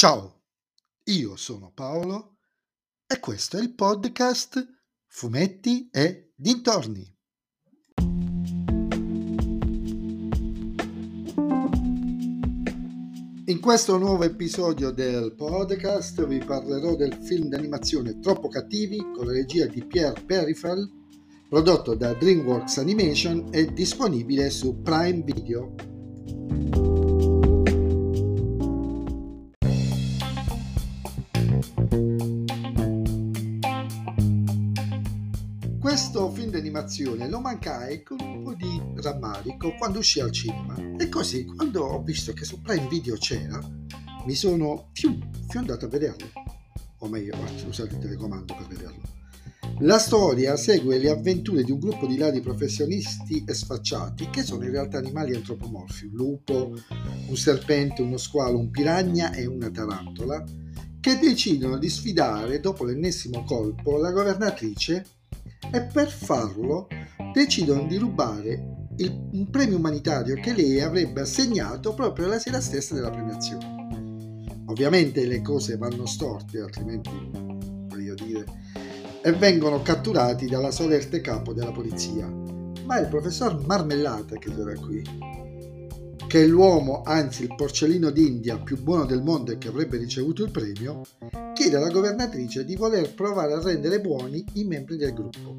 Ciao, io sono Paolo e questo è il podcast Fumetti e Dintorni. In questo nuovo episodio del podcast vi parlerò del film d'animazione Troppo Cattivi con la regia di Pierre Perifel, prodotto da DreamWorks Animation e disponibile su Prime Video. Questo film d'animazione lo mancai con un po' di rammarico quando uscì al cinema e così quando ho visto che su Prime Video c'era mi sono fiondato a vederlo, o meglio ho usato il telecomando per vederlo. La storia segue le avventure di un gruppo di ladri professionisti e sfacciati che sono in realtà animali antropomorfi, un lupo, un serpente, uno squalo, un piranha e una tarantola, che decidono di sfidare dopo l'ennesimo colpo la governatrice e per farlo decidono di rubare un premio umanitario che lei avrebbe assegnato proprio la sera stessa della premiazione. Ovviamente le cose vanno storte, altrimenti voglio dire, e vengono catturati dalla solerte capo della polizia. Ma è il professor Marmellata che era qui, che è l'uomo, anzi il porcellino d'India più buono del mondo e che avrebbe ricevuto il premio, chiede alla governatrice di voler provare a rendere buoni i membri del gruppo.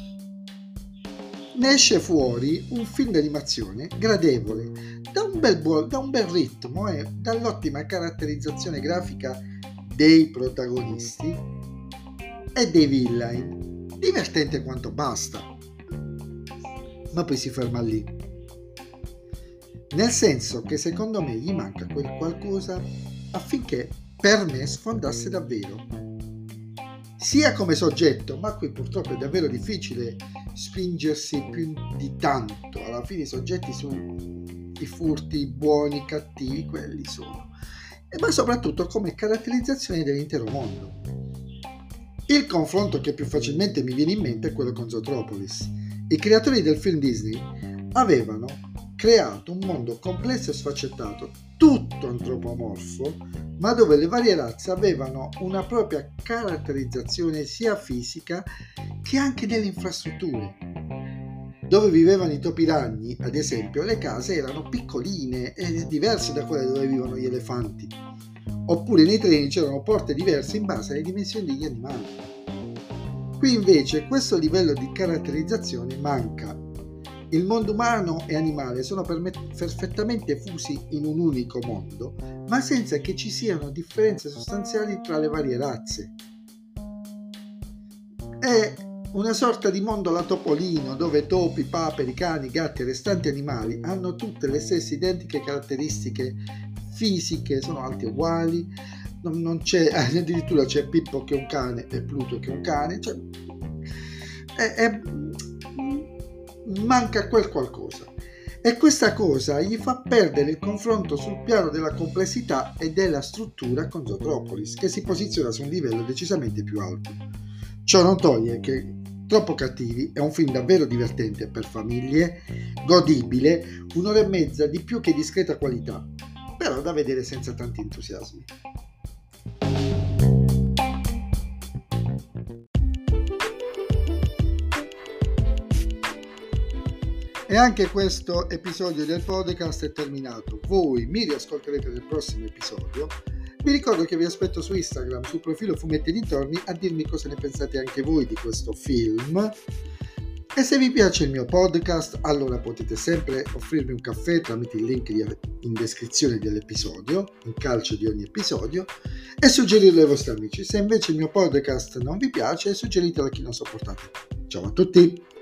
Ne esce fuori un film d'animazione gradevole, da un bel ritmo e dall'ottima caratterizzazione grafica dei protagonisti e dei villain, divertente quanto basta, ma poi si ferma lì. Nel senso che secondo me gli manca quel qualcosa affinché per me sfondasse davvero, sia come soggetto, ma qui purtroppo è davvero difficile spingersi più di tanto. Alla fine i soggetti sono i furti, buoni, cattivi, quelli sono, ma soprattutto come caratterizzazione dell'intero mondo. Il confronto che più facilmente mi viene in mente è quello con Zootropolis. I creatori del film Disney avevano creato un mondo complesso e sfaccettato, tutto antropomorfo, ma dove le varie razze avevano una propria caratterizzazione sia fisica che anche nelle infrastrutture. Dove vivevano i topi ragni, ad esempio, le case erano piccoline e diverse da quelle dove vivono gli elefanti. Oppure nei treni c'erano porte diverse in base alle dimensioni degli animali. Qui invece questo livello di caratterizzazione manca. Il mondo umano e animale sono perfettamente fusi in un unico mondo, ma senza che ci siano differenze sostanziali tra le varie razze. È una sorta di mondo alla Topolino, dove topi, paperi, cani, gatti e restanti animali hanno tutte le stesse identiche caratteristiche fisiche, sono alti uguali, non c'è, addirittura c'è Pippo che è un cane e Pluto che è un cane, cioè manca quel qualcosa e questa cosa gli fa perdere il confronto sul piano della complessità e della struttura con Zootropolis, che si posiziona su un livello decisamente più alto. Ciò non toglie che Troppo Cattivi è un film davvero divertente per famiglie, godibile, 1 ora e mezza di più che discreta qualità, però da vedere senza tanti entusiasmi. E anche questo episodio del podcast è terminato. Voi mi riascolterete nel prossimo episodio. Vi ricordo che vi aspetto su Instagram, sul profilo Fumetti Dintorni, a dirmi cosa ne pensate anche voi di questo film. E se vi piace il mio podcast, allora potete sempre offrirmi un caffè tramite il link in descrizione dell'episodio, in calce di ogni episodio, e suggerirlo ai vostri amici. Se invece il mio podcast non vi piace, suggeritelo a chi non sopportate. Ciao a tutti!